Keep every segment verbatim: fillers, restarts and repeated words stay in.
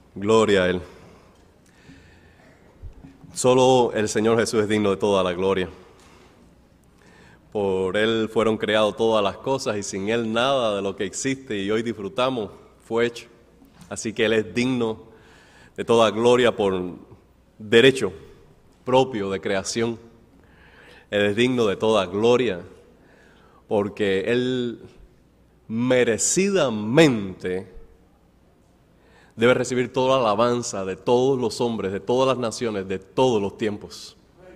Gloria a Él. Solo el Señor Jesús es digno de toda la gloria. Por Él fueron creadas todas las cosas y sin Él nada de lo que existe y hoy disfrutamos fue hecho. Así que Él es digno de toda gloria por derecho propio de creación. Él es digno de toda gloria porque Él merecidamente debe recibir toda la alabanza de todos los hombres, de todas las naciones, de todos los tiempos.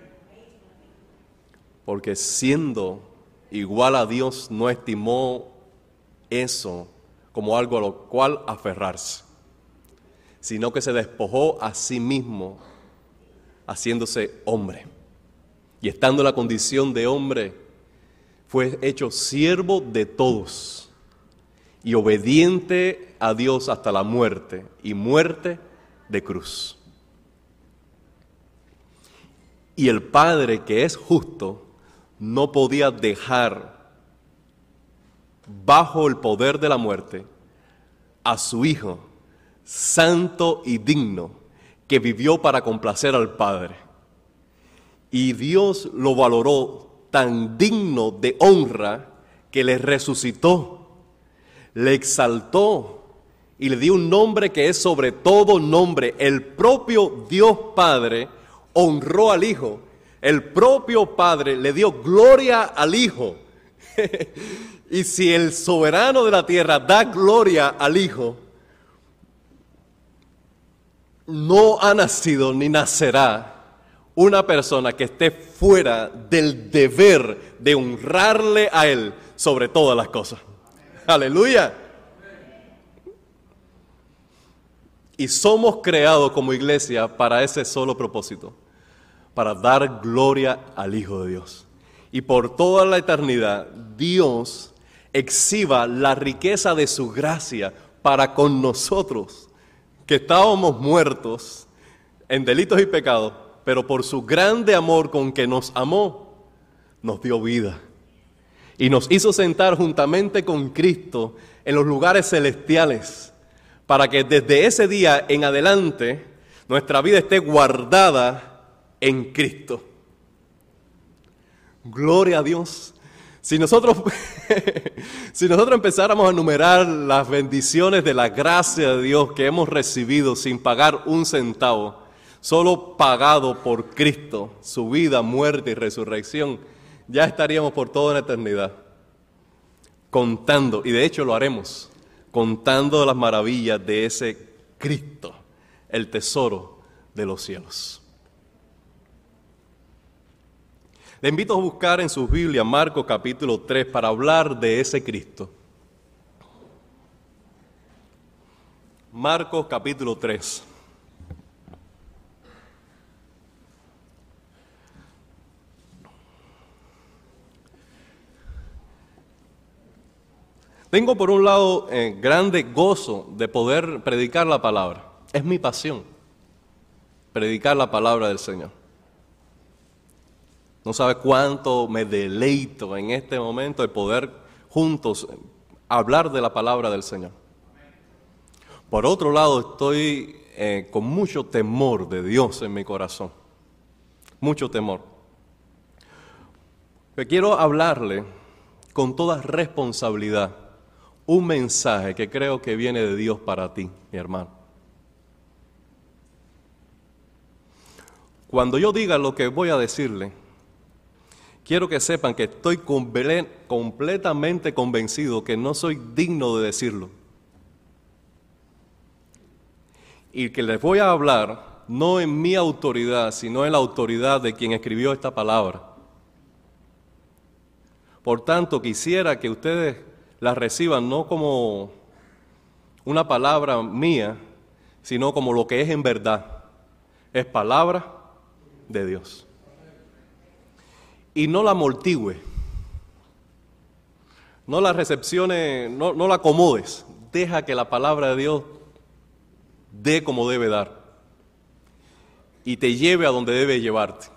Porque siendo igual a Dios, no estimó eso como algo a lo cual aferrarse, sino que se despojó a sí mismo, haciéndose hombre. Y estando en la condición de hombre, fue hecho siervo de todos y obediente a Dios hasta la muerte, y muerte de cruz. Y el Padre, que es justo, no podía dejar bajo el poder de la muerte a su Hijo, santo y digno, que vivió para complacer al Padre. Y Dios lo valoró tan digno de honra que le resucitó, le exaltó y le dio un nombre que es sobre todo nombre. El propio Dios Padre honró al Hijo. El propio Padre le dio gloria al Hijo. Y si el soberano de la tierra da gloria al Hijo, no ha nacido ni nacerá una persona que esté fuera del deber de honrarle a Él sobre todas las cosas. ¡Aleluya! Y somos creados como iglesia para ese solo propósito, para dar gloria al Hijo de Dios. Y por toda la eternidad, Dios exhiba la riqueza de su gracia para con nosotros, que estábamos muertos en delitos y pecados, pero por su grande amor con que nos amó, nos dio vida. Y nos hizo sentar juntamente con Cristo en los lugares celestiales, para que desde ese día en adelante nuestra vida esté guardada en Cristo. Gloria a Dios. Si nosotros, si nosotros empezáramos a enumerar las bendiciones de la gracia de Dios que hemos recibido sin pagar un centavo, solo pagado por Cristo, su vida, muerte y resurrección, ya estaríamos por toda la eternidad contando, y de hecho lo haremos, contando las maravillas de ese Cristo, el tesoro de los cielos. Le invito a buscar en sus Biblias Marcos capítulo tres para hablar de ese Cristo. Marcos capítulo tres. Tengo por un lado eh, grande gozo de poder predicar la palabra. Es mi pasión, predicar la palabra del Señor. No sabe cuánto me deleito en este momento de poder juntos hablar de la palabra del Señor. Por otro lado, estoy eh, con mucho temor de Dios en mi corazón. Mucho temor. Pero quiero hablarle con toda responsabilidad un mensaje que creo que viene de Dios para ti, mi hermano. Cuando yo diga lo que voy a decirle, quiero que sepan que estoy completamente convencido que no soy digno de decirlo. Y que les voy a hablar no en mi autoridad, sino en la autoridad de quien escribió esta palabra. Por tanto, quisiera que ustedes la reciban no como una palabra mía, sino como lo que es en verdad. Es palabra de Dios. Y no la amortigüe, no la recepcione, no, no la acomodes. Deja que la palabra de Dios dé como debe dar y te lleve a donde debe llevarte.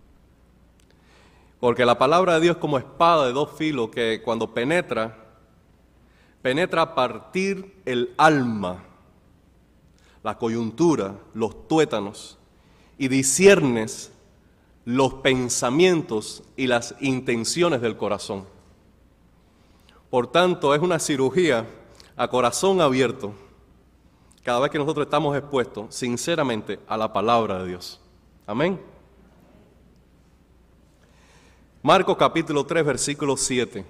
Porque la palabra de Dios es como espada de dos filos que cuando penetra, penetra a partir el alma, la coyuntura, los tuétanos, y disciernes los pensamientos y las intenciones del corazón. Por tanto, es una cirugía a corazón abierto cada vez que nosotros estamos expuestos sinceramente a la palabra de Dios. Amén. Marcos capítulo tres, versículo siete.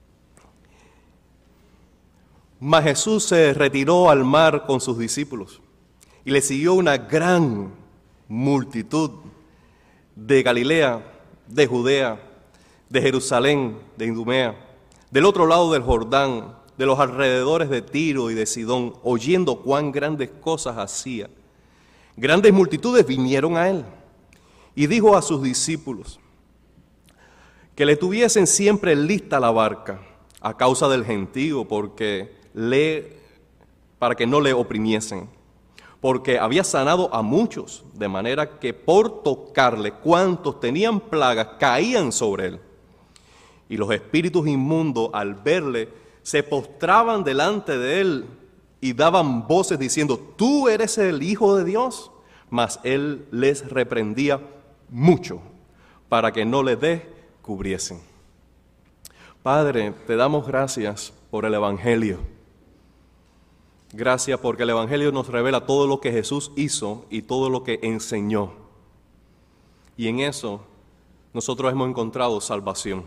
Mas Jesús se retiró al mar con sus discípulos y le siguió una gran multitud de Galilea, de Judea, de Jerusalén, de Idumea, del otro lado del Jordán, de los alrededores de Tiro y de Sidón, oyendo cuán grandes cosas hacía. Grandes multitudes vinieron a él y dijo a sus discípulos que le tuviesen siempre lista la barca a causa del gentío, porque le, para que no le oprimiesen, porque había sanado a muchos, de manera que por tocarle cuantos tenían plagas caían sobre él. Y los espíritus inmundos, al verle, se postraban delante de él y daban voces diciendo: tú eres el Hijo de Dios. Mas él les reprendía mucho para que no le descubriesen. Padre, te damos gracias por el Evangelio. Gracias porque el Evangelio nos revela todo lo que Jesús hizo y todo lo que enseñó. Y en eso nosotros hemos encontrado salvación.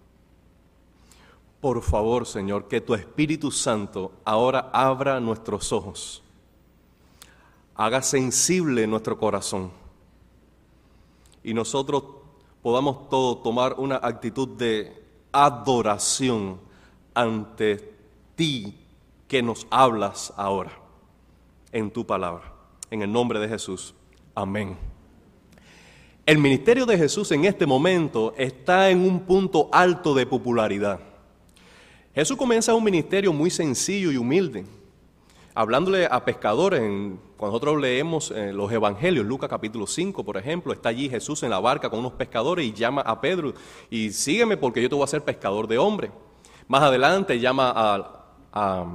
Por favor, Señor, que tu Espíritu Santo ahora abra nuestros ojos, haga sensible nuestro corazón y nosotros podamos todos tomar una actitud de adoración ante ti que nos hablas ahora en tu palabra. En el nombre de Jesús. Amén. El ministerio de Jesús en este momento está en un punto alto de popularidad. Jesús comienza un ministerio muy sencillo y humilde, hablándole a pescadores. En, cuando nosotros leemos eh, los evangelios, Lucas capítulo cinco, por ejemplo, está allí Jesús en la barca con unos pescadores y llama a Pedro y sígueme porque yo te voy a hacer pescador de hombres. Más adelante llama a... a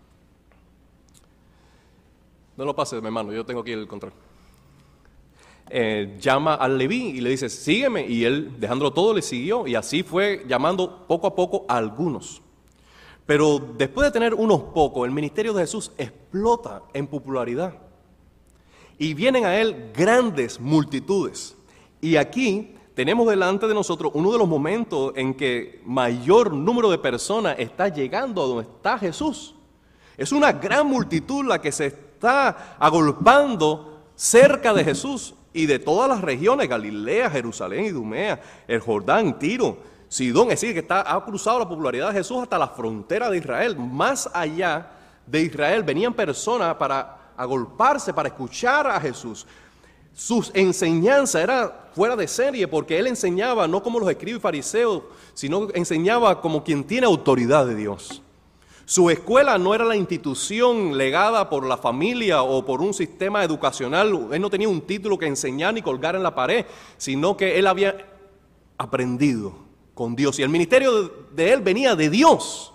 no lo pases, mi hermano, yo tengo aquí el control. Eh, llama al Leví y le dice, sígueme, y él, dejándolo todo, le siguió, y así fue llamando poco a poco a algunos. Pero después de tener unos pocos, el ministerio de Jesús explota en popularidad. Y vienen a él grandes multitudes. Y aquí tenemos delante de nosotros uno de los momentos en que mayor número de personas está llegando a donde está Jesús. Es una gran multitud la que se está agolpando cerca de Jesús y de todas las regiones, Galilea, Jerusalén, Idumea, el Jordán, Tiro, Sidón, es decir, que está, ha cruzado la popularidad de Jesús hasta la frontera de Israel. Más allá de Israel venían personas para agolparse, para escuchar a Jesús. Sus enseñanzas eran fuera de serie, porque él enseñaba no como los escribas y fariseos, sino enseñaba como quien tiene autoridad de Dios. Su escuela no era la institución legada por la familia o por un sistema educacional. Él no tenía un título que enseñar ni colgar en la pared, sino que él había aprendido con Dios, y el ministerio de, de él venía de Dios.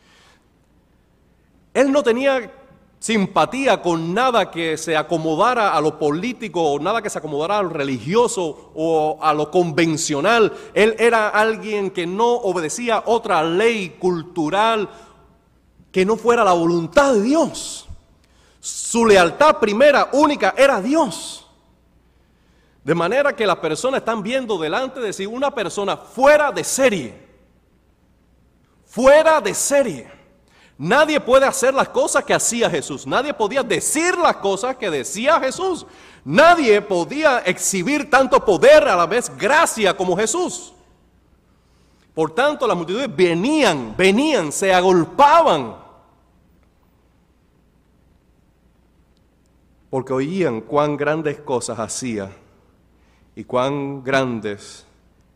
Él no tenía simpatía con nada que se acomodara a lo político o nada que se acomodara a lo religioso o a lo convencional. Él era alguien que no obedecía otra ley cultural que no fuera la voluntad de Dios. Su lealtad primera, única, era Dios. De manera que las personas están viendo delante de sí una persona fuera de serie. Fuera de serie. Nadie puede hacer las cosas que hacía Jesús. Nadie podía decir las cosas que decía Jesús. Nadie podía exhibir tanto poder, a la vez gracia, como Jesús. Por tanto, las multitudes venían, venían, se agolpaban, porque oían cuán grandes cosas hacía y cuán grandes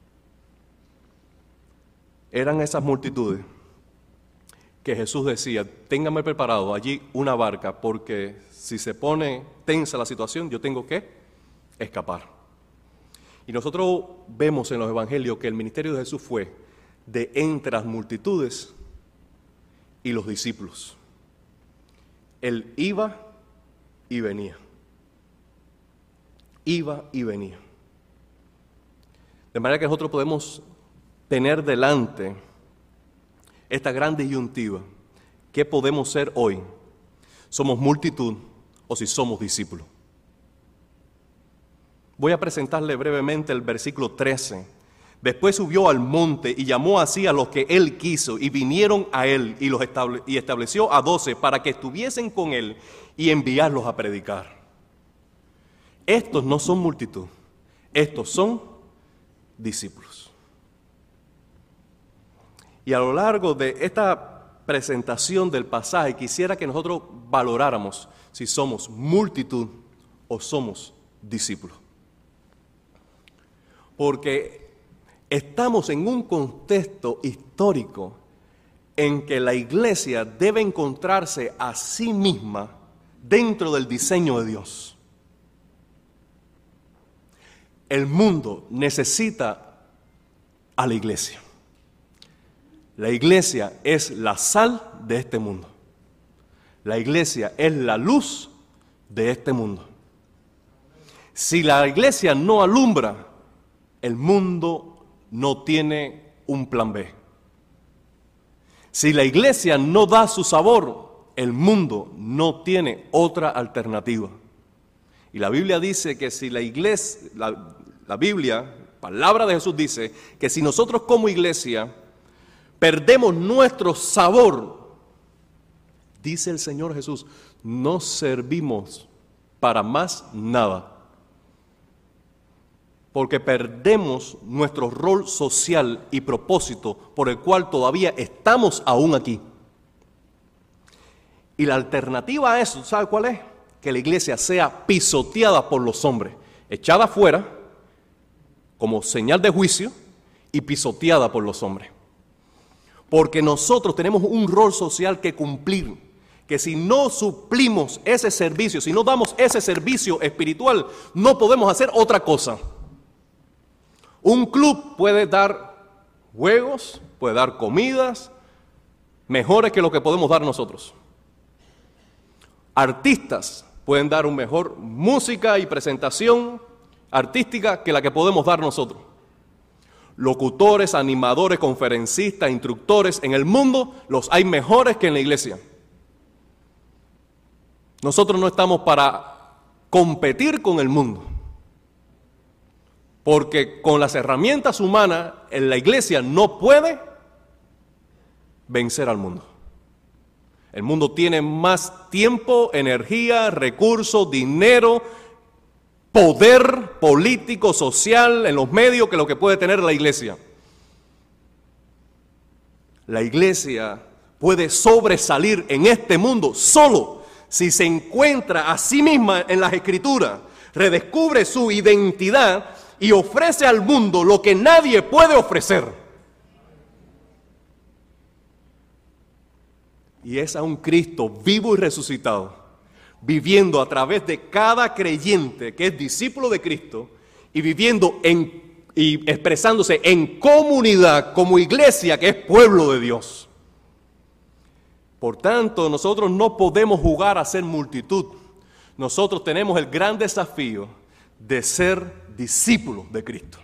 eran esas multitudes, que Jesús decía, ténganme preparado allí una barca, porque si se pone tensa la situación, yo tengo que escapar. Y nosotros vemos en los evangelios que el ministerio de Jesús fue de entre las multitudes y los discípulos. Él iba y venía. Iba y venía. De manera que nosotros podemos tener delante esta gran disyuntiva. ¿Qué podemos ser hoy? ¿Somos multitud o si somos discípulos? Voy a presentarle brevemente el versículo trece. Después subió al monte y llamó así a los que él quiso y vinieron a él y los estable- y estableció a doce para que estuviesen con él y enviarlos a predicar. Estos no son multitud, estos son discípulos. Y a lo largo de esta presentación del pasaje quisiera que nosotros valoráramos si somos multitud o somos discípulos. Porque estamos en un contexto histórico en que la iglesia debe encontrarse a sí misma dentro del diseño de Dios. El mundo necesita a la iglesia. La iglesia es la sal de este mundo. La iglesia es la luz de este mundo. Si la iglesia no alumbra, el mundo no tiene un plan B. Si la iglesia no da su sabor, el mundo no tiene otra alternativa. Y la Biblia dice que si la iglesia, la, la Biblia, palabra de Jesús dice que si nosotros como iglesia perdemos nuestro sabor, dice el Señor Jesús, no servimos para más nada. Porque perdemos nuestro rol social y propósito por el cual todavía estamos aún aquí. Y la alternativa a eso, ¿sabe cuál es? Que la iglesia sea pisoteada por los hombres, echada afuera como señal de juicio y pisoteada por los hombres. Porque nosotros tenemos un rol social que cumplir, que si no suplimos ese servicio, si no damos ese servicio espiritual, no podemos hacer otra cosa. Un club puede dar juegos, puede dar comidas, mejores que lo que podemos dar nosotros. Artistas pueden dar una mejor música y presentación artística que la que podemos dar nosotros. Locutores, animadores, conferencistas, instructores en el mundo, los hay mejores que en la iglesia. Nosotros no estamos para competir con el mundo. Porque con las herramientas humanas, en la iglesia no puede vencer al mundo. El mundo tiene más tiempo, energía, recursos, dinero, poder político, social, en los medios que lo que puede tener la iglesia. La iglesia puede sobresalir en este mundo solo si se encuentra a sí misma en las Escrituras, redescubre su identidad y ofrece al mundo lo que nadie puede ofrecer. Y es a un Cristo vivo y resucitado, viviendo a través de cada creyente que es discípulo de Cristo y viviendo en, y expresándose en comunidad como iglesia que es pueblo de Dios. Por tanto, nosotros no podemos jugar a ser multitud. Nosotros tenemos el gran desafío de ser discípulos de Cristo.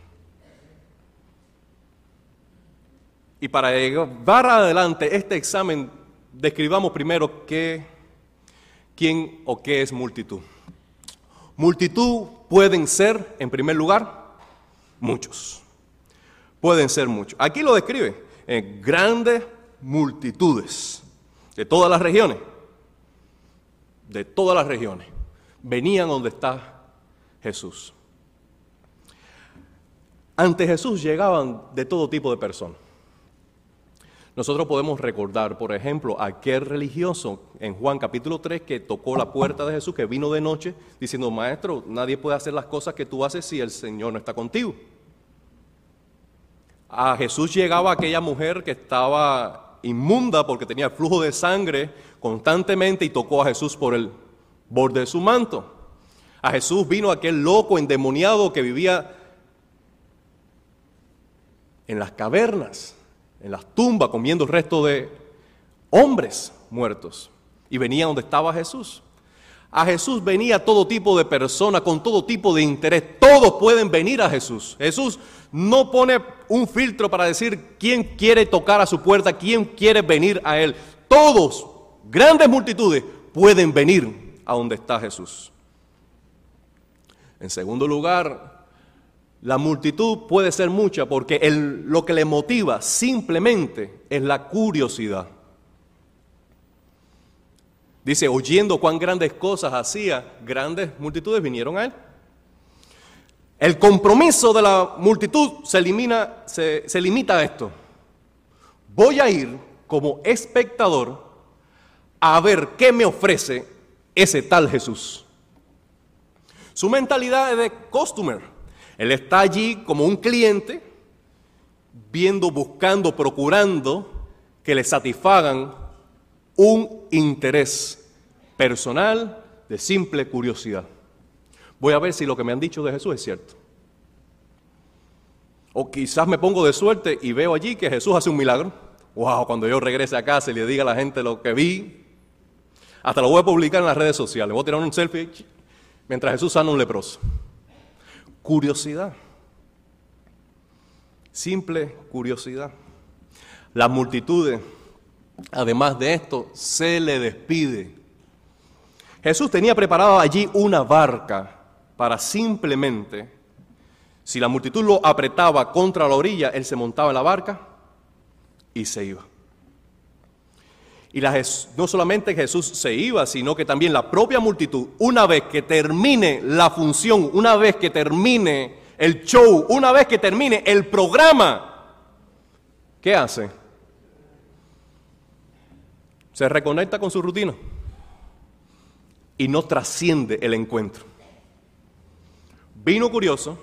Y para llevar adelante este examen, describamos primero qué, quién o qué es multitud. Multitud pueden ser, en primer lugar, muchos. Pueden ser muchos. Aquí lo describe, en grandes multitudes de todas las regiones. De todas las regiones. Venían donde está Jesús. Ante Jesús llegaban de todo tipo de personas. Nosotros podemos recordar, por ejemplo, a aquel religioso en Juan capítulo tres que tocó la puerta de Jesús, que vino de noche diciendo, maestro, nadie puede hacer las cosas que tú haces si el Señor no está contigo. A Jesús llegaba aquella mujer que estaba inmunda porque tenía flujo de sangre constantemente y tocó a Jesús por el borde de su manto. A Jesús vino aquel loco endemoniado que vivía en las cavernas, en las tumbas, comiendo el resto de hombres muertos. Y venía donde estaba Jesús. A Jesús venía todo tipo de personas con todo tipo de interés. Todos pueden venir a Jesús. Jesús no pone un filtro para decir quién quiere tocar a su puerta, quién quiere venir a Él. Todos, grandes multitudes, pueden venir a donde está Jesús. En segundo lugar, la multitud puede ser mucha porque el, lo que le motiva simplemente es la curiosidad. Dice, oyendo cuán grandes cosas hacía, grandes multitudes vinieron a Él. El compromiso de la multitud se, elimina, se, se limita a esto. Voy a ir como espectador a ver qué me ofrece ese tal Jesús. Su mentalidad es de customer. Él está allí como un cliente, viendo, buscando, procurando que le satisfagan un interés personal de simple curiosidad. Voy a ver si lo que me han dicho de Jesús es cierto. O quizás me pongo de suerte y veo allí que Jesús hace un milagro. Wow, cuando yo regrese a casa y le diga a la gente lo que vi, hasta lo voy a publicar en las redes sociales. Voy a tirar un selfie mientras Jesús sana a un leproso. Curiosidad. Simple curiosidad. Las multitudes, además de esto, se le despide. Jesús tenía preparado allí una barca para simplemente, si la multitud lo apretaba contra la orilla, él se montaba en la barca y se iba. Y la, no solamente Jesús se iba, sino que también la propia multitud, una vez que termine la función, una vez que termine el show, una vez que termine el programa, ¿qué hace? Se reconecta con su rutina y no trasciende el encuentro. Vino curioso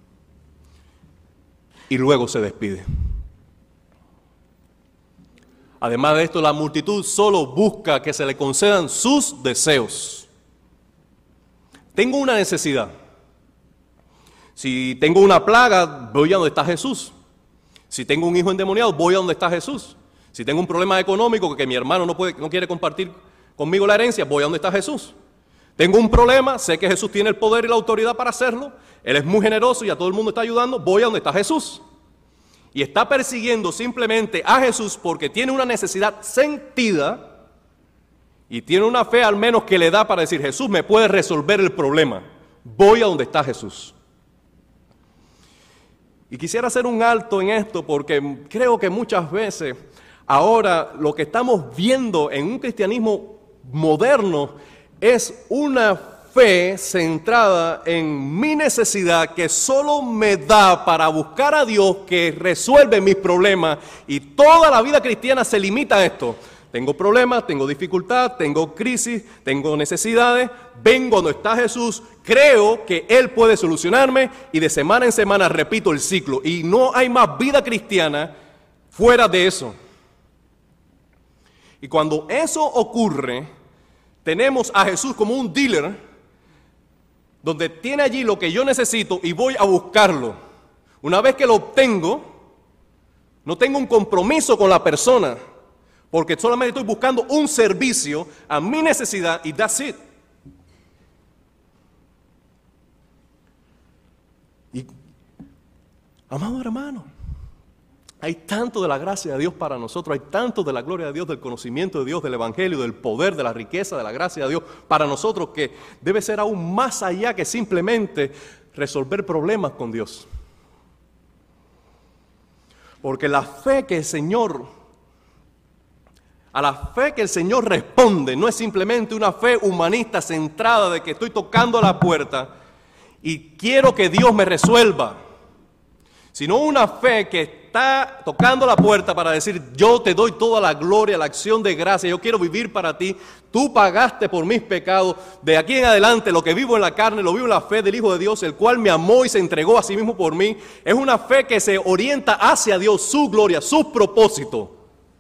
y luego se despide. Además de esto, la multitud solo busca que se le concedan sus deseos. Tengo una necesidad. Si tengo una plaga, voy a donde está Jesús. Si tengo un hijo endemoniado, voy a donde está Jesús. Si tengo un problema económico que mi hermano no puede, no quiere compartir conmigo la herencia, voy a donde está Jesús. Tengo un problema, sé que Jesús tiene el poder y la autoridad para hacerlo. Él es muy generoso y a todo el mundo está ayudando, voy a donde está Jesús. Y está persiguiendo simplemente a Jesús porque tiene una necesidad sentida y tiene una fe al menos que le da para decir, Jesús me puede resolver el problema. Voy a donde está Jesús. Y quisiera hacer un alto en esto porque creo que muchas veces ahora lo que estamos viendo en un cristianismo moderno es una fe centrada en mi necesidad que solo me da para buscar a Dios que resuelve mis problemas, y toda la vida cristiana se limita a esto. Tengo problemas, tengo dificultad, tengo crisis, tengo necesidades, vengo donde está Jesús, creo que Él puede solucionarme y de semana en semana repito el ciclo, y no hay más vida cristiana fuera de eso. Y cuando eso ocurre, tenemos a Jesús como un dealer donde tiene allí lo que yo necesito y voy a buscarlo. Una vez que lo obtengo, no tengo un compromiso con la persona, porque solamente estoy buscando un servicio a mi necesidad y that's it. Y, amado hermano, hay tanto de la gracia de Dios para nosotros, hay tanto de la gloria de Dios, del conocimiento de Dios, del Evangelio, del poder, de la riqueza, de la gracia de Dios para nosotros, que debe ser aún más allá que simplemente resolver problemas con Dios. Porque la fe que el Señor, a la fe que el Señor responde, no es simplemente una fe humanista centrada de que estoy tocando la puerta y quiero que Dios me resuelva, sino una fe que está tocando la puerta para decir, yo te doy toda la gloria, la acción de gracia, yo quiero vivir para ti, tú pagaste por mis pecados, de aquí en adelante lo que vivo en la carne, lo vivo en la fe del Hijo de Dios, el cual me amó y se entregó a sí mismo por mí. Es una fe que se orienta hacia Dios, su gloria, su propósito,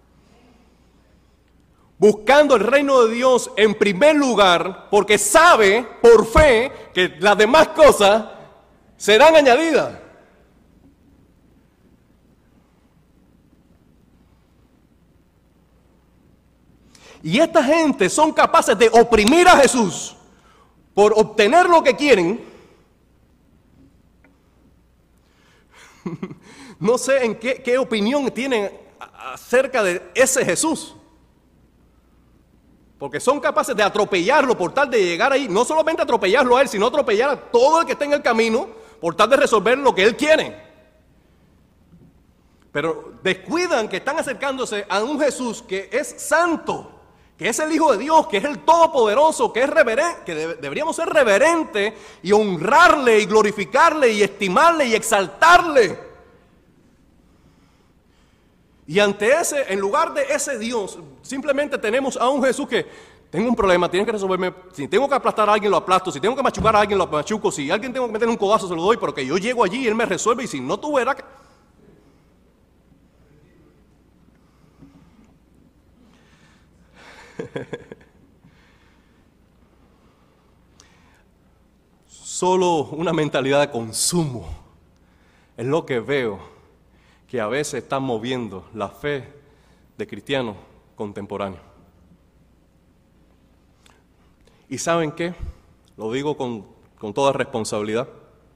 buscando el reino de Dios en primer lugar, porque sabe por fe que las demás cosas serán añadidas. Y esta gente son capaces de oprimir a Jesús por obtener lo que quieren, no sé en qué, qué opinión tienen acerca de ese Jesús. Porque son capaces de atropellarlo por tal de llegar ahí, no solamente atropellarlo a él, sino atropellar a todo el que está en el camino por tal de resolver lo que él quiere. Pero descuidan que están acercándose a un Jesús que es santo, que es el Hijo de Dios, que es el Todopoderoso, que es reverente, que debe, deberíamos ser reverentes y honrarle y glorificarle y estimarle y exaltarle. Y ante ese, en lugar de ese Dios, simplemente tenemos a un Jesús que tengo un problema, tienen que resolverme. Si tengo que aplastar a alguien, lo aplasto. Si tengo que machucar a alguien, lo machuco. Si alguien tengo que meter un codazo, se lo doy, pero que yo llego allí y él me resuelve. Y si no tuviera que... Solo una mentalidad de consumo es lo que veo que a veces está moviendo la fe de cristianos contemporáneos. ¿Y saben qué? Lo digo con, con toda responsabilidad.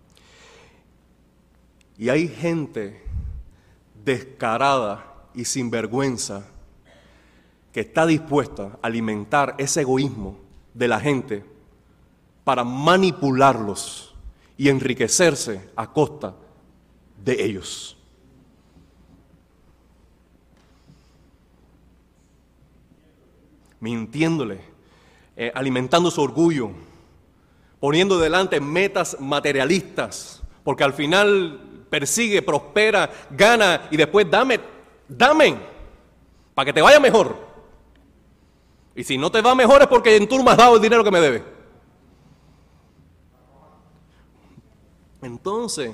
Y hay gente descarada y sinvergüenza que está dispuesta a alimentar ese egoísmo de la gente para manipularlos y enriquecerse a costa de ellos. Mintiéndole, eh, alimentando su orgullo, poniendo delante metas materialistas, porque al final persigue, prospera, gana y después dame, dame, para que te vaya mejor. Y si no te va mejor es porque tú no me has dado el dinero que me debes. Entonces,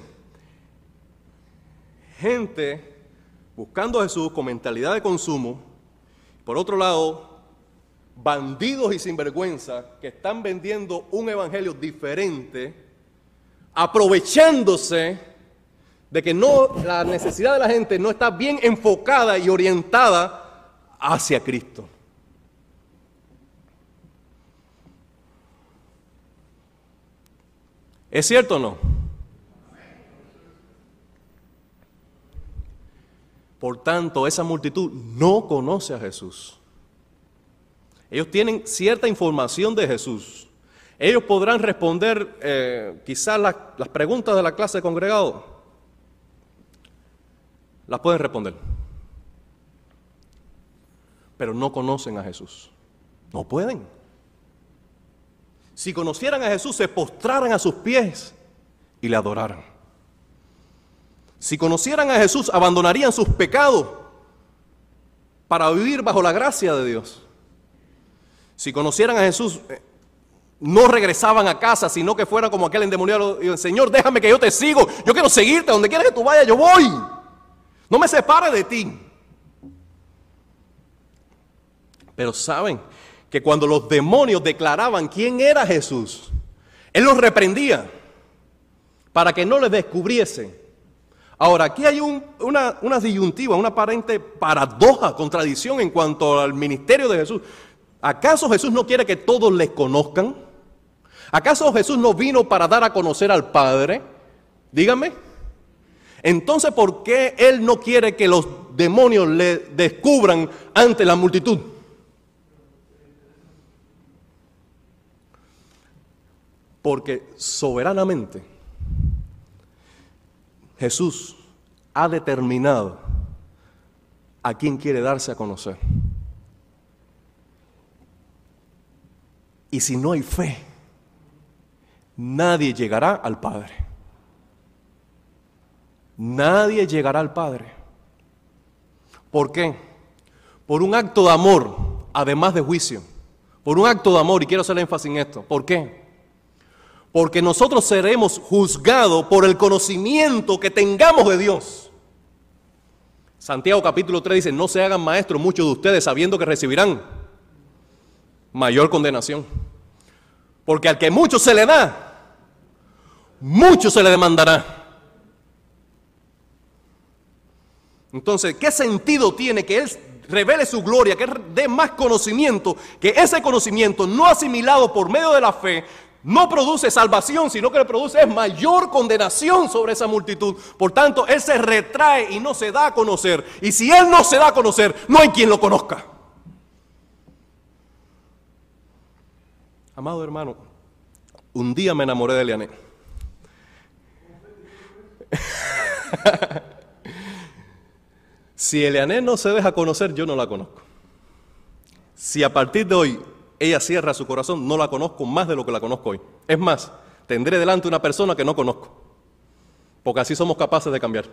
gente buscando a Jesús con mentalidad de consumo, por otro lado, bandidos y sinvergüenza que están vendiendo un evangelio diferente, aprovechándose de que no, la necesidad de la gente no está bien enfocada y orientada hacia Cristo. ¿Es cierto o no? Por tanto, esa multitud no conoce a Jesús. Ellos tienen cierta información de Jesús. Ellos podrán responder eh, quizás las, las preguntas de la clase de congregado. Las pueden responder. Pero no conocen a Jesús. No pueden. Si conocieran a Jesús, se postraran a sus pies y le adoraran. Si conocieran a Jesús, abandonarían sus pecados para vivir bajo la gracia de Dios. Si conocieran a Jesús, no regresaban a casa, sino que fueran como aquel endemoniado y dijeran: Señor, déjame que yo te sigo, yo quiero seguirte, donde quieras que tú vayas, yo voy. No me separe de ti. Pero saben que cuando los demonios declaraban quién era Jesús, Él los reprendía para que no les descubriese. Ahora, aquí hay un, una, una disyuntiva, una aparente paradoja, contradicción en cuanto al ministerio de Jesús. ¿Acaso Jesús no quiere que todos les conozcan? ¿Acaso Jesús no vino para dar a conocer al Padre? Dígame. Entonces, ¿por qué Él no quiere que los demonios le descubran ante la multitud? Porque soberanamente Jesús ha determinado a quién quiere darse a conocer. Y si no hay fe, nadie llegará al Padre. Nadie llegará al Padre. ¿Por qué? Por un acto de amor, además de juicio. Por un acto de amor, y quiero hacer énfasis en esto. ¿Por qué? Porque nosotros seremos juzgados por el conocimiento que tengamos de Dios. Santiago capítulo tres dice: no se hagan maestros muchos de ustedes sabiendo que recibirán mayor condenación. Porque al que mucho se le da, mucho se le demandará. Entonces, ¿qué sentido tiene que Él revele su gloria, que Él dé más conocimiento, que ese conocimiento no asimilado por medio de la fe no produce salvación, sino que le produce es mayor condenación sobre esa multitud. Por tanto, Él se retrae y no se da a conocer. Y si Él no se da a conocer, no hay quien lo conozca. Amado hermano, un día me enamoré de Eliané. Si Eliané no se deja conocer, yo no la conozco. Si a partir de hoy ella cierra su corazón, no la conozco más de lo que la conozco hoy. Es más, tendré delante una persona que no conozco, porque así somos capaces de cambiar.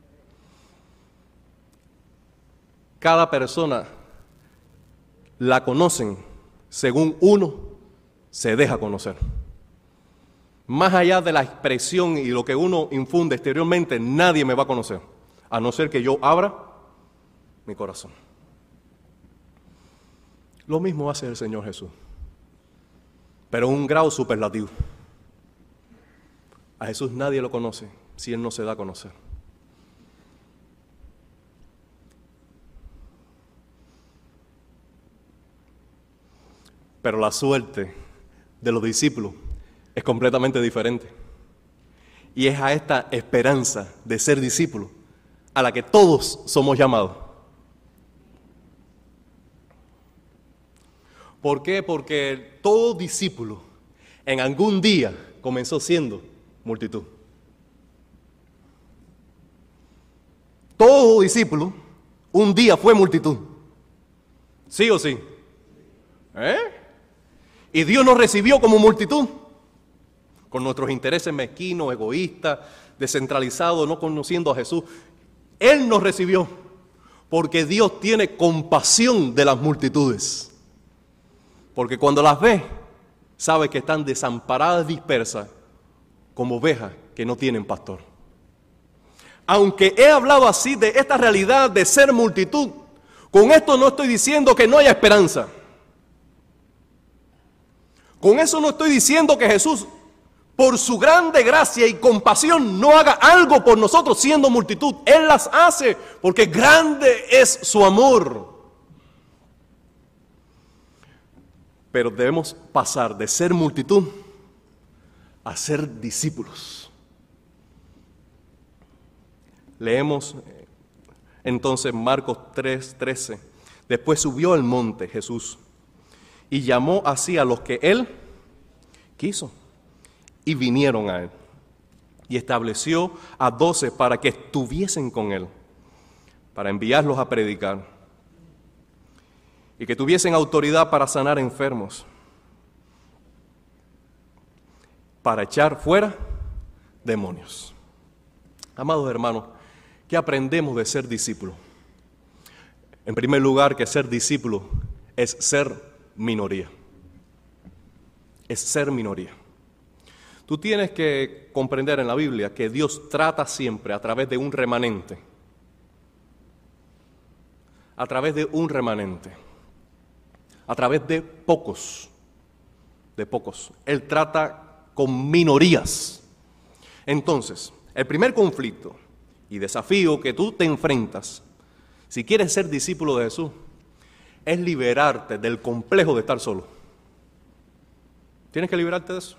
Cada persona la conocen según uno se deja conocer. Más allá de la expresión y lo que uno infunde exteriormente, nadie me va a conocer, a no ser que yo abra mi corazón. Lo mismo hace el Señor Jesús, pero en un grado superlativo. A Jesús nadie lo conoce si Él no se da a conocer. Pero la suerte de los discípulos es completamente diferente. Y es a esta esperanza de ser discípulos a la que todos somos llamados. ¿Por qué? Porque todo discípulo en algún día comenzó siendo multitud. Todo discípulo un día fue multitud. ¿Sí o sí? ¿Eh? Y Dios nos recibió como multitud, con nuestros intereses mezquinos, egoístas, descentralizados, no conociendo a Jesús. Él nos recibió porque Dios tiene compasión de las multitudes. Porque cuando las ve, sabe que están desamparadas, dispersas, como ovejas que no tienen pastor. Aunque he hablado así de esta realidad de ser multitud, con esto no estoy diciendo que no haya esperanza. Con eso no estoy diciendo que Jesús, por su grande gracia y compasión, no haga algo por nosotros siendo multitud. Él las hace porque grande es su amor. Pero debemos pasar de ser multitud a ser discípulos. Leemos entonces Marcos tres, trece. Después subió al monte Jesús y llamó así a los que Él quiso y vinieron a Él. Y estableció a doce para que estuviesen con Él, para enviarlos a predicar. Y que tuviesen autoridad para sanar enfermos, para echar fuera demonios. Amados hermanos, ¿qué aprendemos de ser discípulos? En primer lugar, que ser discípulo es ser minoría. Es ser minoría. Tú tienes que comprender en la Biblia que Dios trata siempre a través de un remanente. A través de un remanente. A través de pocos, de pocos. Él trata con minorías. Entonces, el primer conflicto y desafío que tú te enfrentas, si quieres ser discípulo de Jesús, es liberarte del complejo de estar solo. Tienes que liberarte de eso.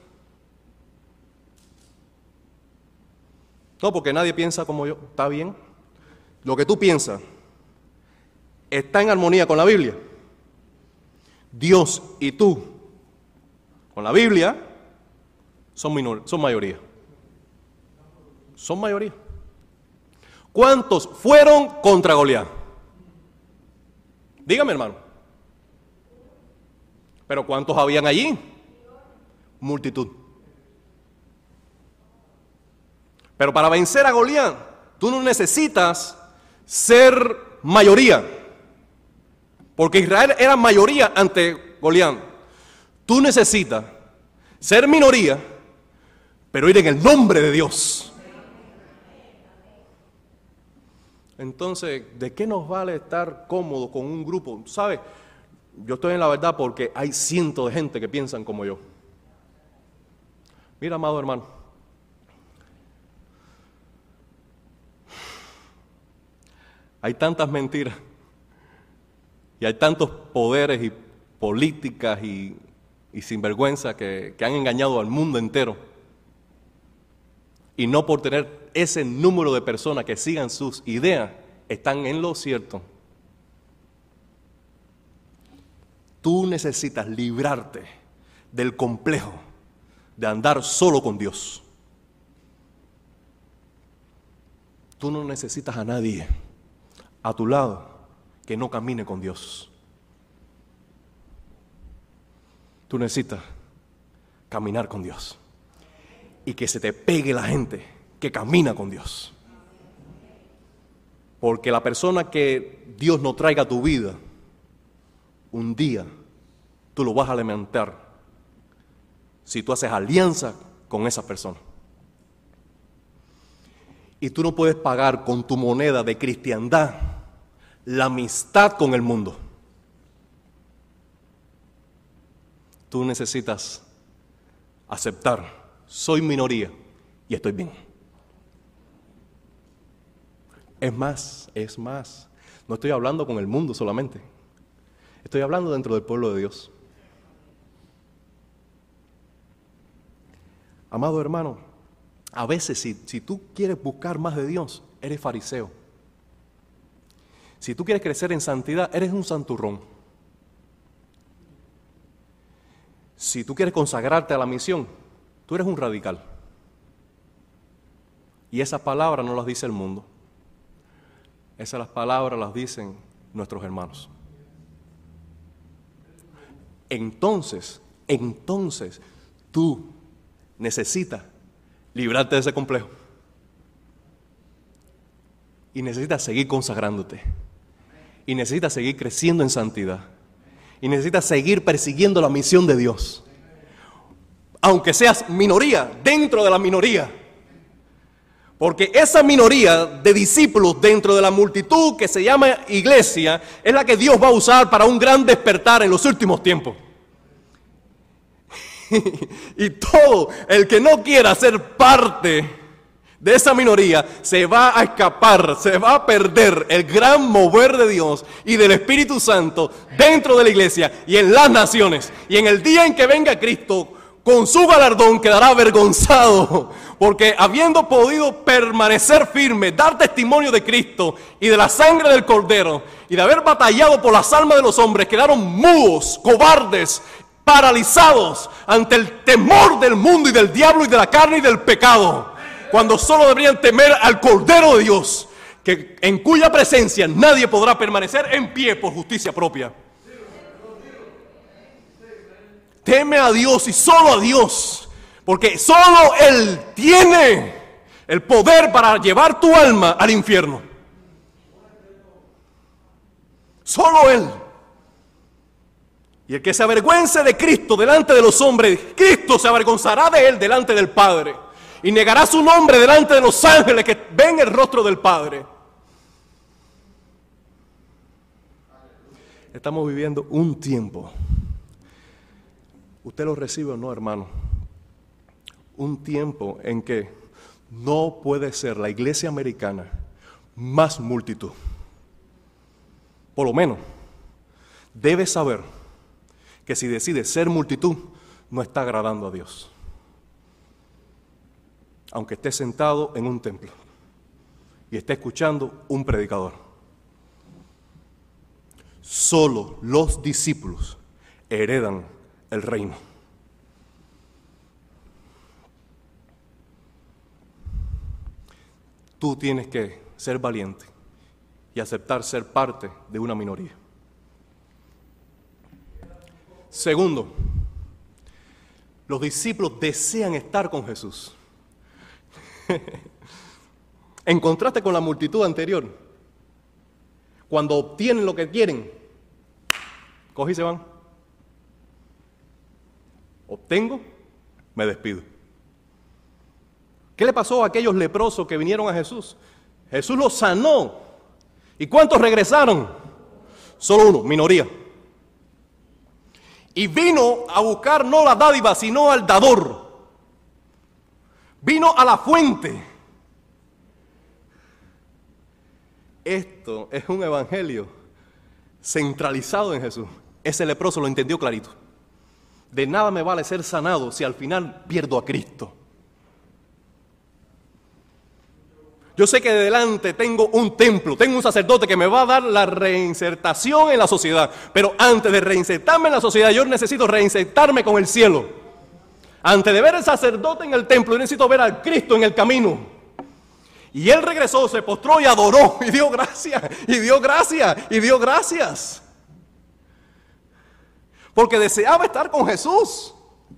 No, porque nadie piensa como yo. ¿Está bien? Lo que tú piensas está en armonía con la Biblia. Dios y tú, con la Biblia, son, minor, son mayoría. Son mayoría. ¿Cuántos fueron contra Goliat? Dígame, hermano. ¿Pero cuántos habían allí? Multitud. Pero para vencer a Goliat, tú no necesitas ser mayoría. Porque Israel era mayoría ante Goliat. Tú necesitas ser minoría, pero ir en el nombre de Dios. Entonces, ¿de qué nos vale estar cómodos con un grupo? ¿Sabes? Yo estoy en la verdad porque hay cientos de gente que piensan como yo. Mira, amado hermano. Hay tantas mentiras. Y hay tantos poderes y políticas y y sinvergüenza que, que han engañado al mundo entero. Y no por tener ese número de personas que sigan sus ideas, están en lo cierto. Tú necesitas librarte del complejo de andar solo con Dios. Tú no necesitas a nadie a tu lado que no camine con Dios. Tú necesitas caminar con Dios y que se te pegue la gente que camina con Dios. Porque la persona que Dios no traiga a tu vida, un día tú lo vas a lamentar si tú haces alianza con esa persona. Y tú no puedes pagar con tu moneda de cristiandad la amistad con el mundo. Tú necesitas aceptar, soy minoría y estoy bien. Es más, es más, no estoy hablando con el mundo solamente, estoy hablando dentro del pueblo de Dios. Amado hermano, a veces si, si tú quieres buscar más de Dios, eres fariseo. Si tú quieres crecer en santidad, eres un santurrón. Si tú quieres consagrarte a la misión, tú eres un radical. Y esas palabras no las dice el mundo. Esas las palabras las dicen nuestros hermanos. Entonces, entonces, tú necesitas librarte de ese complejo. Y necesitas seguir consagrándote. Y necesitas seguir creciendo en santidad. Y necesitas seguir persiguiendo la misión de Dios. Aunque seas minoría, dentro de la minoría. Porque esa minoría de discípulos dentro de la multitud que se llama iglesia es la que Dios va a usar para un gran despertar en los últimos tiempos. Y todo el que no quiera ser parte de esa minoría se va a escapar, se va a perder el gran mover de Dios y del Espíritu Santo dentro de la iglesia y en las naciones. Y en el día en que venga Cristo, con su galardón quedará avergonzado, porque habiendo podido permanecer firme, dar testimonio de Cristo y de la sangre del Cordero, y de haber batallado por las almas de los hombres, quedaron mudos, cobardes, paralizados ante el temor del mundo y del diablo y de la carne y del pecado, cuando solo deberían temer al Cordero de Dios, que, en cuya presencia nadie podrá permanecer en pie por justicia propia. Teme a Dios y solo a Dios, porque solo Él tiene el poder para llevar tu alma al infierno. Solo Él. Y el que se avergüence de Cristo delante de los hombres, Cristo se avergonzará de Él delante del Padre. Y negará su nombre delante de los ángeles que ven el rostro del Padre. Estamos viviendo un tiempo. ¿Usted lo recibe o no, hermano? Un tiempo en que no puede ser la iglesia americana más multitud. Por lo menos, debe saber que si decide ser multitud, no está agradando a Dios. Aunque esté sentado en un templo y esté escuchando un predicador. Solo los discípulos heredan el reino. Tú tienes que ser valiente y aceptar ser parte de una minoría. Segundo, los discípulos desean estar con Jesús. En contraste con la multitud anterior, cuando obtienen lo que quieren, cogen y se van. Obtengo, me despido. ¿Qué le pasó a aquellos leprosos que vinieron a Jesús? Jesús los sanó. ¿Y cuántos regresaron? Solo uno, minoría. Y vino a buscar no la dádiva, sino al dador. Vino a la fuente. Esto es un evangelio centralizado en Jesús. Ese leproso lo entendió clarito. De nada me vale ser sanado si al final pierdo a Cristo. Yo sé que delante tengo un templo, tengo un sacerdote que me va a dar la reinsertación en la sociedad, pero antes de reinsertarme en la sociedad, yo necesito reinsertarme con el cielo. Antes de ver al sacerdote en el templo, yo necesito ver al Cristo en el camino. Y él regresó, se postró y adoró, y dio gracias, y dio gracias, y dio gracias. Porque deseaba estar con Jesús.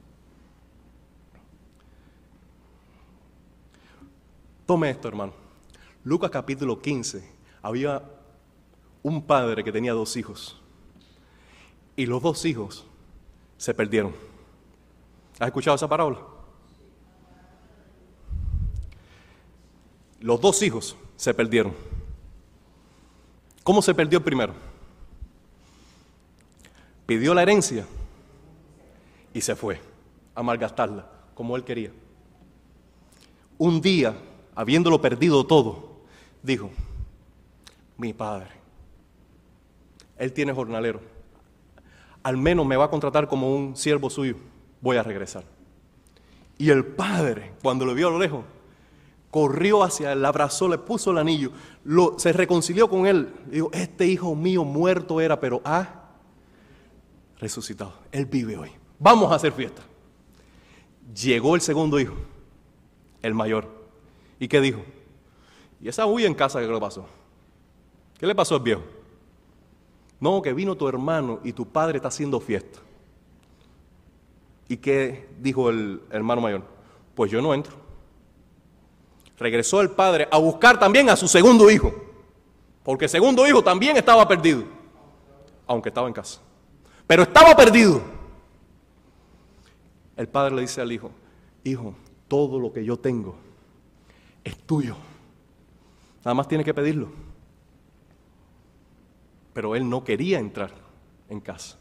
Tome esto, hermano. Lucas capítulo quince, había un padre que tenía dos hijos. Y los dos hijos se perdieron. ¿Has escuchado esa parábola? Los dos hijos se perdieron. ¿Cómo se perdió el primero? Pidió la herencia y se fue a malgastarla como él quería. Un día, habiéndolo perdido todo, dijo: mi padre, él tiene jornalero, al menos me va a contratar como un siervo suyo, voy a regresar. Y el padre, cuando lo vio a lo lejos, corrió hacia él, le abrazó, le puso el anillo, lo, se reconcilió con él. Dijo: este hijo mío muerto era, pero ha resucitado, él vive hoy, vamos a hacer fiesta. Llegó el segundo hijo, el mayor, ¿y qué dijo? Y esa huya en casa, ¿qué le pasó? ¿Qué le pasó al viejo? No, que vino tu hermano y tu padre está haciendo fiesta. ¿Y qué dijo el hermano mayor? Pues yo no entro. Regresó el padre a buscar también a su segundo hijo, porque el segundo hijo también estaba perdido, aunque estaba en casa, pero estaba perdido. El padre le dice al hijo: hijo, todo lo que yo tengo es tuyo, nada más tienes que pedirlo. Pero él no quería entrar en casa.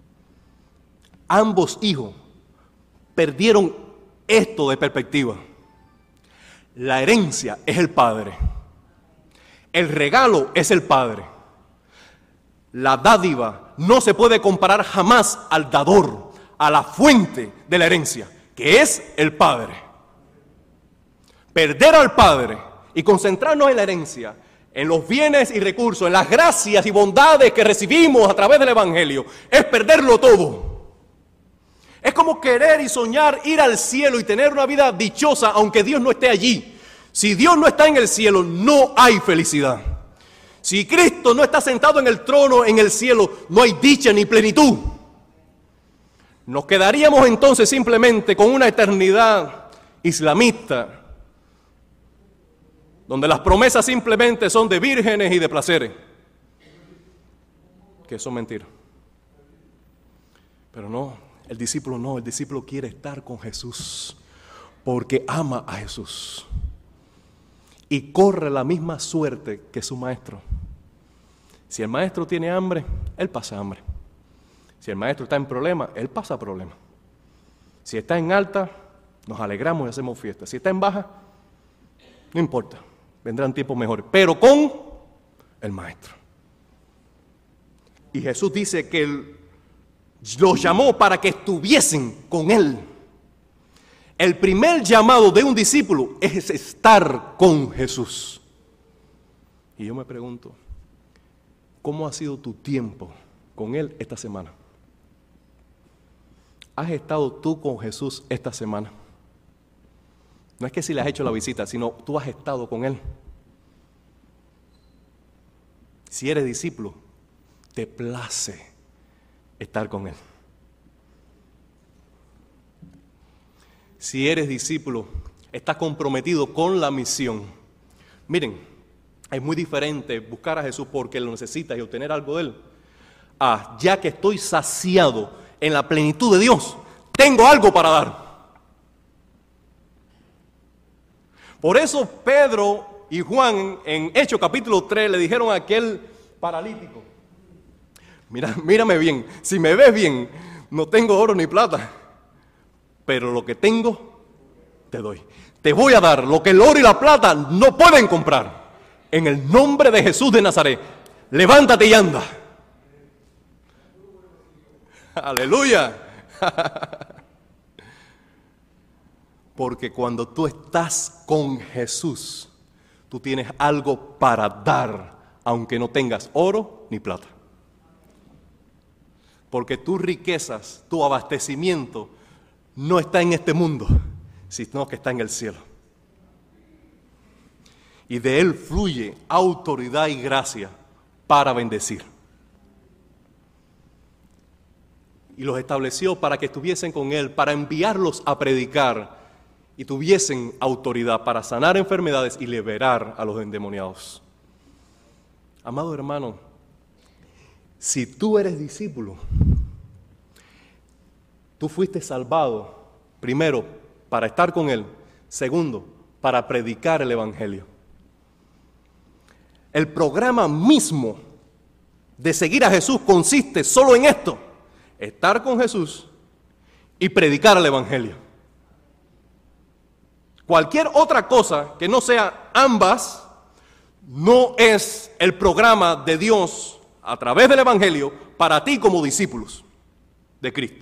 Ambos hijos perdieron esto de perspectiva. La herencia es el padre, el regalo es el padre. La dádiva no se puede comparar jamás al dador, a la fuente de la herencia, que es el padre. Perder al padre y concentrarnos en la herencia, en los bienes y recursos, en las gracias y bondades que recibimos a través del Evangelio, es perderlo todo. Es como querer y soñar ir al cielo y tener una vida dichosa aunque Dios no esté allí. Si Dios no está en el cielo, no hay felicidad. Si Cristo no está sentado en el trono en el cielo, no hay dicha ni plenitud. Nos quedaríamos entonces simplemente con una eternidad islamista, donde las promesas simplemente son de vírgenes y de placeres, que son mentiras. Pero no, el discípulo no, el discípulo quiere estar con Jesús, porque ama a Jesús, y corre la misma suerte que su maestro. Si el maestro tiene hambre, él pasa hambre. Si el maestro está en problema, él pasa problema. Si está en alta, nos alegramos y hacemos fiesta. Si está en baja, no importa, vendrán tiempos mejores, pero con el maestro. Y Jesús dice que él los llamó para que estuviesen con él. El primer llamado de un discípulo es estar con Jesús. Y yo me pregunto, ¿cómo ha sido tu tiempo con él esta semana? ¿Has estado tú con Jesús esta semana? No es que si le has hecho la visita, sino tú has estado con él. Si eres discípulo, te place estar con él. Si eres discípulo, estás comprometido con la misión. Miren, es muy diferente buscar a Jesús porque lo necesitas y obtener algo de él, a ya que estoy saciado en la plenitud de Dios, tengo algo para dar. Por eso Pedro y Juan en Hechos capítulo tres le dijeron a aquel paralítico: Mira, mírame bien, si me ves bien, no tengo oro ni plata, pero lo que tengo, te doy. Te voy a dar lo que el oro y la plata no pueden comprar. En el nombre de Jesús de Nazaret, levántate y anda. Aleluya. Porque cuando tú estás con Jesús, tú tienes algo para dar, aunque no tengas oro ni plata. Porque tus riquezas, tu abastecimiento, no está en este mundo, sino que está en el cielo. Y de Él fluye autoridad y gracia para bendecir. Y los estableció para que estuviesen con Él, para enviarlos a predicar y tuviesen autoridad para sanar enfermedades y liberar a los endemoniados. Amado hermano, si tú eres discípulo, tú fuiste salvado, primero, para estar con Él, segundo, para predicar el Evangelio. El programa mismo de seguir a Jesús consiste solo en esto: estar con Jesús y predicar el Evangelio. Cualquier otra cosa que no sea ambas no es el programa de Dios a través del Evangelio para ti como discípulos de Cristo.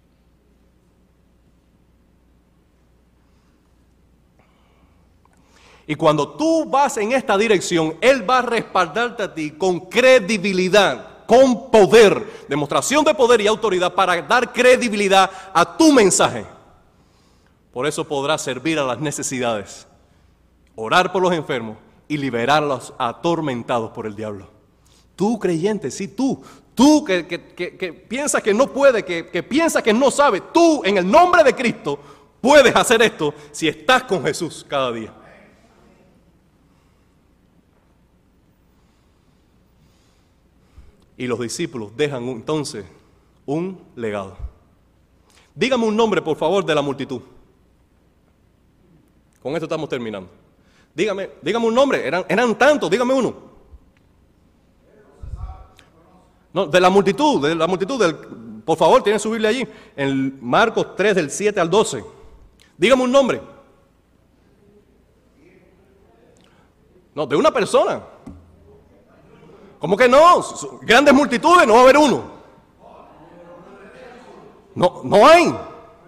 Y cuando tú vas en esta dirección, Él va a respaldarte a ti con credibilidad, con poder, demostración de poder y autoridad para dar credibilidad a tu mensaje. Por eso podrás servir a las necesidades, orar por los enfermos y liberar a los atormentados por el diablo. Tú creyente, sí, tú, tú que, que, que, que piensas que no puede, que, que piensas que no sabe, tú en el nombre de Cristo puedes hacer esto si estás con Jesús cada día. Y los discípulos dejan entonces un legado. Dígame un nombre, por favor, de la multitud. Con esto estamos terminando. Dígame, dígame un nombre, eran, eran tantos, dígame uno. No, de la multitud, de la multitud, del, por favor, tienen su Biblia allí, en Marcos tres, del siete al doce. Dígame un nombre. No, de una persona. ¿Cómo que no? Grandes multitudes, no va a haber uno. No, no hay.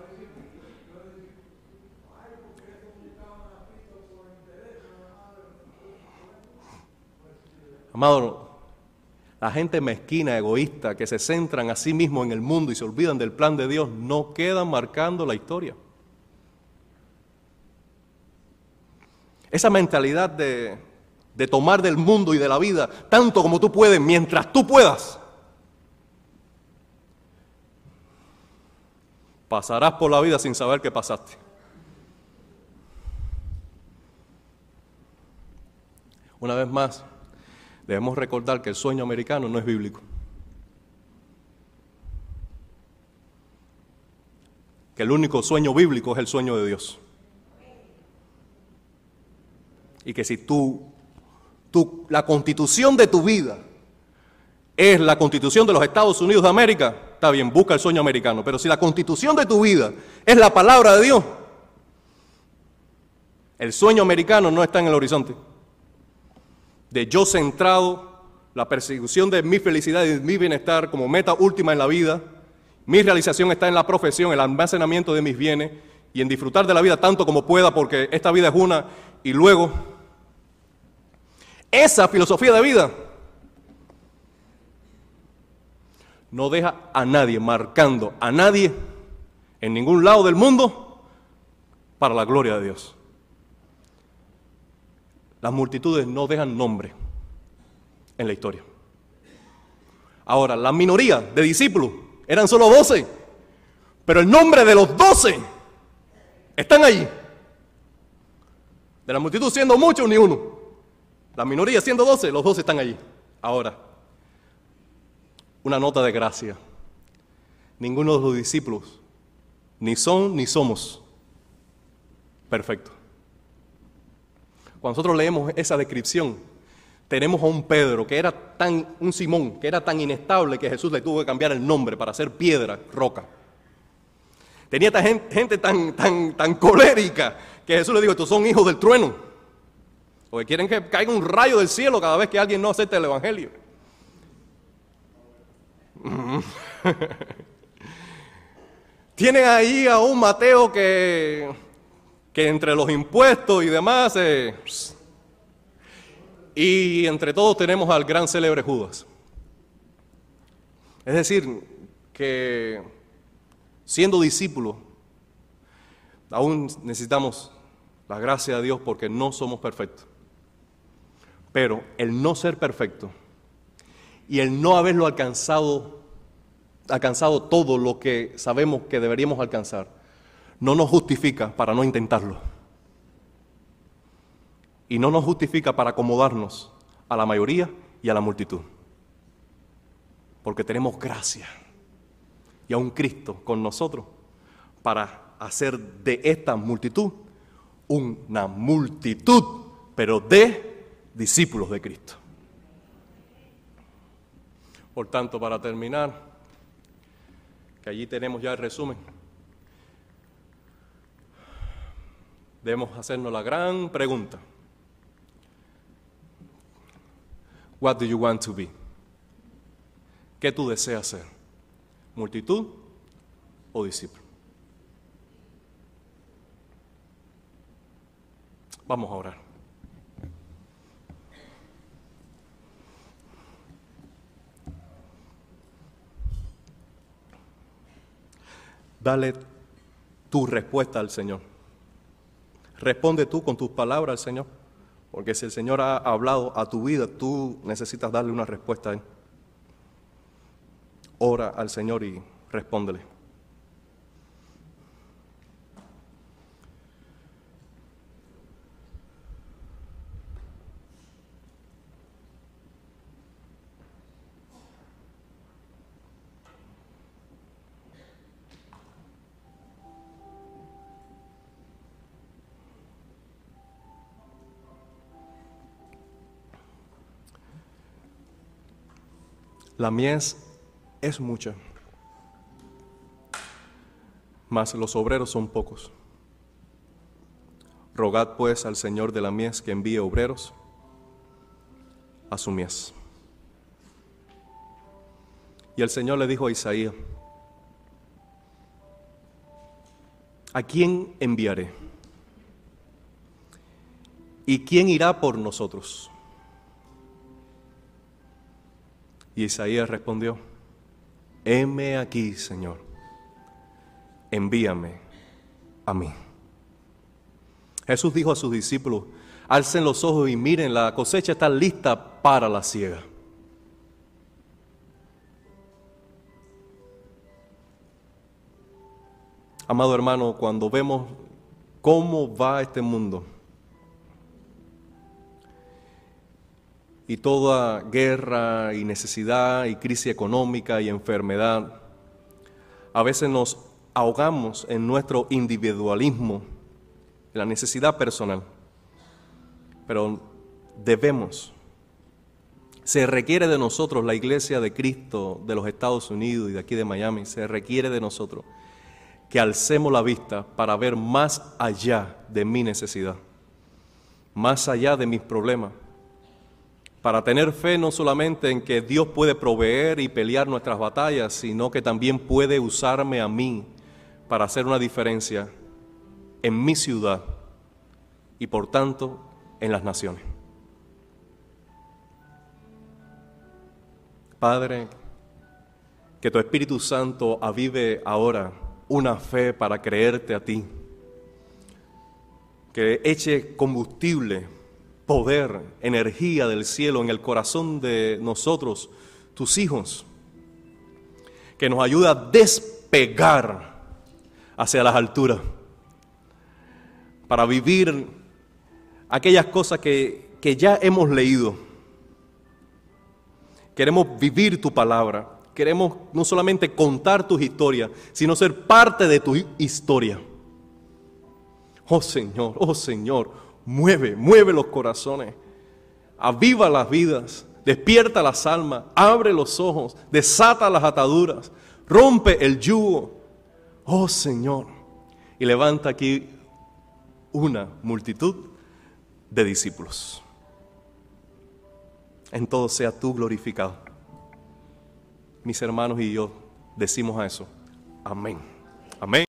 Amado, la gente mezquina, egoísta, que se centran a sí mismos en el mundo y se olvidan del plan de Dios, no quedan marcando la historia. Esa mentalidad de, de tomar del mundo y de la vida tanto como tú puedes, mientras tú puedas, pasarás por la vida sin saber que pasaste. Una vez más, debemos recordar que el sueño americano no es bíblico. Que el único sueño bíblico es el sueño de Dios. Y que si tú, tú, la constitución de tu vida es la constitución de los Estados Unidos de América, está bien, busca el sueño americano. Pero si la constitución de tu vida es la palabra de Dios, el sueño americano no está en el horizonte. De yo centrado, la persecución de mi felicidad y de mi bienestar como meta última en la vida, mi realización está en la profesión, el almacenamiento de mis bienes y en disfrutar de la vida tanto como pueda, porque esta vida es una, y luego esa filosofía de vida no deja a nadie marcando a nadie en ningún lado del mundo para la gloria de Dios. Las multitudes no dejan nombre en la historia. Ahora, la minoría de discípulos eran solo doce, pero el nombre de los doce están allí. De la multitud siendo muchos, ni uno. La minoría siendo doce, los doce están allí. Ahora, una nota de gracia. Ninguno de los discípulos ni son ni somos perfectos. Cuando nosotros leemos esa descripción, tenemos a un Pedro que era tan, un Simón, que era tan inestable que Jesús le tuvo que cambiar el nombre para hacer piedra, roca. Tenía gente, gente tan, tan, tan colérica que Jesús le dijo: estos son hijos del trueno, porque quieren que caiga un rayo del cielo cada vez que alguien no acepte el Evangelio. Tienen ahí a un Mateo que, que entre los impuestos y demás, eh, y entre todos tenemos al gran célebre Judas. Es decir, que siendo discípulos, aún necesitamos la gracia de Dios porque no somos perfectos. Pero el no ser perfecto y el no haberlo alcanzado, alcanzado todo lo que sabemos que deberíamos alcanzar, no nos justifica para no intentarlo. Y no nos justifica para acomodarnos a la mayoría y a la multitud. Porque tenemos gracia y a un Cristo con nosotros para hacer de esta multitud una multitud, pero de discípulos de Cristo. Por tanto, para terminar, que allí tenemos ya el resumen, debemos hacernos la gran pregunta: What do you want to be? ¿Qué tú deseas ser? ¿Multitud o discípulo? Vamos a orar. Dale tu respuesta al Señor. Responde tú con tus palabras al Señor, porque si el Señor ha hablado a tu vida, tú necesitas darle una respuesta a Él. Ora al Señor y respóndele. La mies es mucha, mas los obreros son pocos. Rogad pues al Señor de la mies que envíe obreros a su mies. Y el Señor le dijo a Isaías: ¿a quién enviaré? ¿Y quién irá por nosotros? Y Isaías respondió: heme aquí, Señor, envíame a mí. Jesús dijo a sus discípulos: alcen los ojos y miren, la cosecha está lista para la siega. Amado hermano, cuando vemos cómo va este mundo y toda guerra y necesidad y crisis económica y enfermedad, a veces nos ahogamos en nuestro individualismo, en la necesidad personal. Pero debemos, se requiere de nosotros, la Iglesia de Cristo de los Estados Unidos y de aquí de Miami, se requiere de nosotros que alcemos la vista para ver más allá de mi necesidad, más allá de mis problemas, para tener fe no solamente en que Dios puede proveer y pelear nuestras batallas, sino que también puede usarme a mí para hacer una diferencia en mi ciudad y por tanto en las naciones. Padre, que tu Espíritu Santo avive ahora una fe para creerte a ti, que eche combustible, poder, energía del cielo en el corazón de nosotros, tus hijos, que nos ayuda a despegar hacia las alturas, para vivir aquellas cosas que, que ya hemos leído. Queremos vivir tu palabra, queremos no solamente contar tus historias, sino ser parte de tu historia. Oh Señor, oh Señor, mueve, mueve los corazones, aviva las vidas, despierta las almas, abre los ojos, desata las ataduras, rompe el yugo, oh Señor, y levanta aquí una multitud de discípulos. En todo sea tú glorificado. Mis hermanos y yo decimos a eso. Amén. Amén.